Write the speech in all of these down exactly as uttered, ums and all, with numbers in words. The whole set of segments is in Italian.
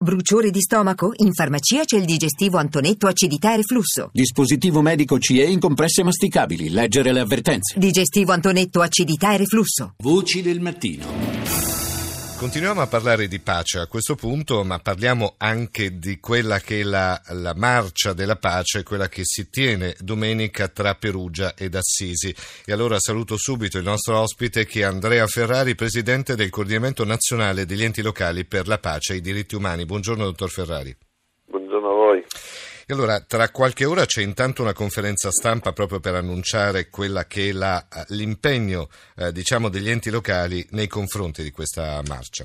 Bruciore di stomaco? In farmacia c'è il digestivo Antonetto acidità e reflusso. Dispositivo medico C E in compresse masticabili. Leggere le avvertenze. Digestivo Antonetto acidità e reflusso. Voci del mattino. Continuiamo a parlare di pace a questo punto, ma parliamo anche di quella che è la, la marcia della pace, quella che si tiene domenica tra Perugia ed Assisi. E allora saluto subito il nostro ospite, che è Andrea Ferrari, presidente del Coordinamento Nazionale degli Enti Locali per la Pace e i Diritti Umani. Buongiorno, dottor Ferrari. Buongiorno a voi. E allora, tra qualche ora c'è intanto una conferenza stampa proprio per annunciare quella che è la, l'impegno eh, diciamo degli enti locali nei confronti di questa marcia.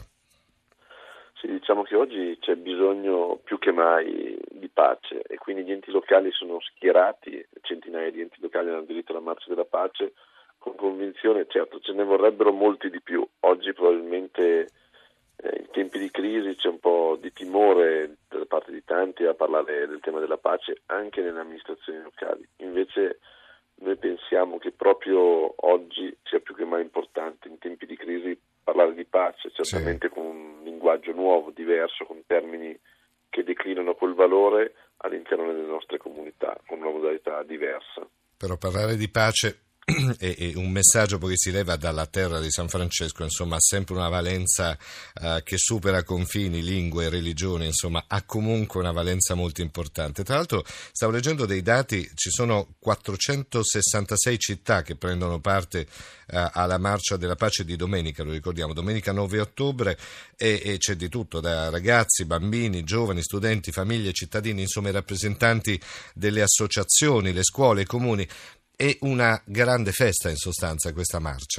Sì, diciamo che oggi c'è bisogno più che mai di pace e quindi gli enti locali sono schierati, centinaia di enti locali hanno diritto alla marcia della pace, con convinzione. Certo, ce ne vorrebbero molti di più. Oggi probabilmente eh, in tempi di crisi c'è un po' di timore da parte di tanti a parlare del tema della pace anche nelle amministrazioni locali. Invece noi pensiamo che proprio oggi sia più che mai importante in tempi di crisi parlare di pace, certamente sì, con un linguaggio nuovo, diverso, con termini che declinano quel valore all'interno delle nostre comunità, con una modalità diversa. Però parlare di pace e, e un messaggio poi che si leva dalla terra di San Francesco, insomma, ha sempre una valenza uh, che supera confini, lingue, religioni, insomma, ha comunque una valenza molto importante. Tra l'altro, stavo leggendo dei dati, ci sono quattrocentosessantasei città che prendono parte uh, alla Marcia della Pace di domenica, lo ricordiamo, domenica nove ottobre, e, e c'è di tutto, da ragazzi, bambini, giovani, studenti, famiglie, cittadini, insomma, i rappresentanti delle associazioni, le scuole, i comuni. È una grande festa, in sostanza, questa marcia.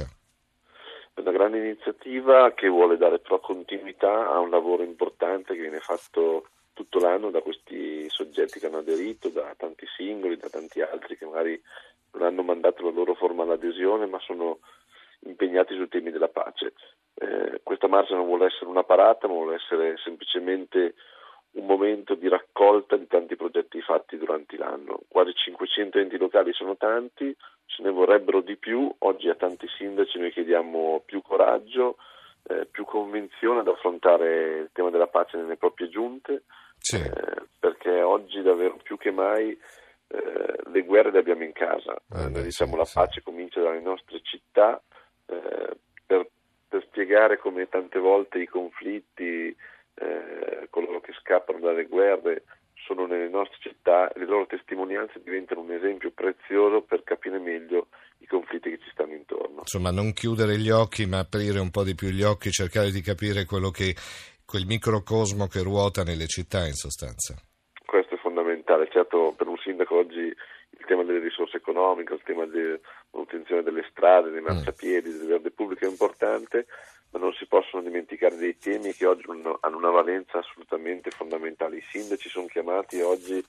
È una grande iniziativa che vuole dare però continuità a un lavoro importante che viene fatto tutto l'anno da questi soggetti che hanno aderito, da tanti singoli, da tanti altri che magari non hanno mandato la loro formale adesione ma sono impegnati sui temi della pace. Eh, questa marcia non vuole essere una parata, ma vuole essere semplicemente un momento di raccolta di tanti progetti fatti durante l'anno. Quasi cinquecento enti locali sono tanti, ce ne vorrebbero di più. Oggi a tanti sindaci noi chiediamo più coraggio, eh, più convinzione ad affrontare il tema della pace nelle proprie giunte, sì. eh, perché oggi davvero più che mai eh, le guerre le abbiamo in casa. Ah, noi beh, diciamo sì, la sì. pace comincia dalle nostre città, eh, per, per spiegare come tante volte i conflitti, Eh, coloro che scappano dalle guerre sono nelle nostre città e le loro testimonianze diventano un esempio prezioso per capire meglio i conflitti che ci stanno intorno. Insomma, non chiudere gli occhi, ma aprire un po' di più gli occhi, cercare di capire quello che quel microcosmo che ruota nelle città, in sostanza. Questo è fondamentale. Certo, per un sindaco oggi il tema delle risorse economiche, il tema della manutenzione delle strade, dei marciapiedi, del verde pubblico è importante, ma non si possono dimenticare dei temi che oggi hanno una valenza assolutamente fondamentale. I sindaci sono chiamati oggi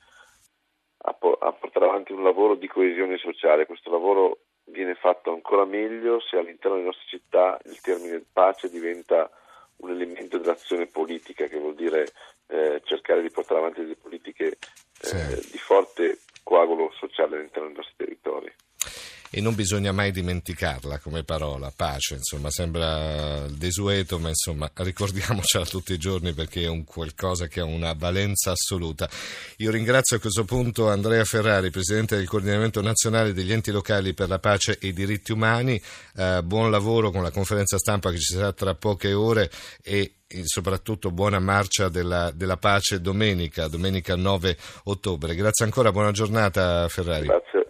a, po- a portare avanti un lavoro di coesione sociale. Questo lavoro viene fatto ancora meglio se all'interno delle nostre città il termine pace diventa un elemento dell'azione politica, che vuol dire eh, cercare di portare avanti delle politiche eh, sì. di forte coagulo sociale all'interno dei nostri territori. E non bisogna mai dimenticarla come parola, pace, insomma, sembra desueto, ma insomma ricordiamocela tutti i giorni perché è un qualcosa che ha una valenza assoluta. Io ringrazio a questo punto Andrea Ferrari, presidente del Coordinamento Nazionale degli Enti Locali per la Pace e i Diritti Umani, eh, buon lavoro con la conferenza stampa che ci sarà tra poche ore e soprattutto buona marcia della, della pace domenica, domenica nove ottobre. Grazie ancora, buona giornata Ferrari. Grazie.